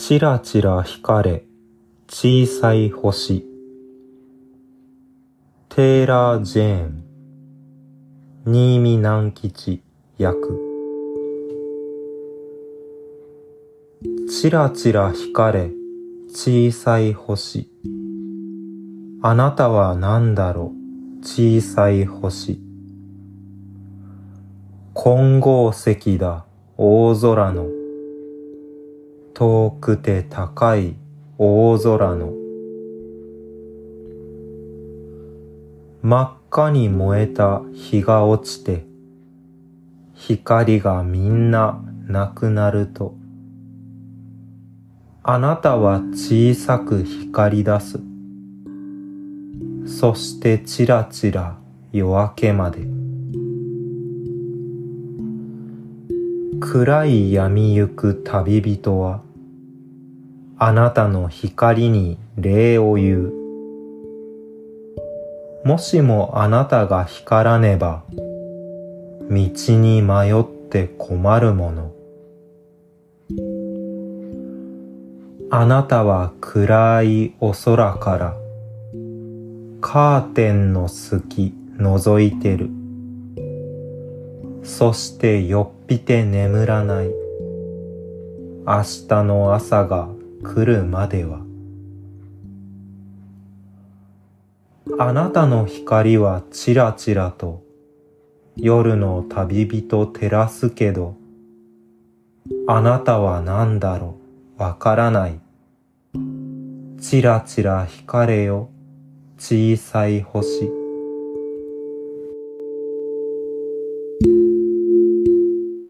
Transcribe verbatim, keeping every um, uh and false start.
ちらちら光れ小さい星。テーラー・ジェーン、新見南吉役。ちらちら光れ小さい星。あなたは何だろう小さい星。金剛石だ大空の。遠くて高い大空の。真っ赤に燃えた日が落ちて、光がみんななくなると、あなたは小さく光り出す。そしてちらちら夜明けまで。暗い闇ゆく旅人は、あなたの光に礼を言う。もしもあなたが光らねば、道に迷って困るもの。あなたは暗いお空から、カーテンの隙覗いてる。そしてよっぴて眠らない。明日の朝が来るまでは。あなたの光はちらちらと夜の旅人照らすけど、あなたは何だろうわからない。ちらちら光れよ小さい星。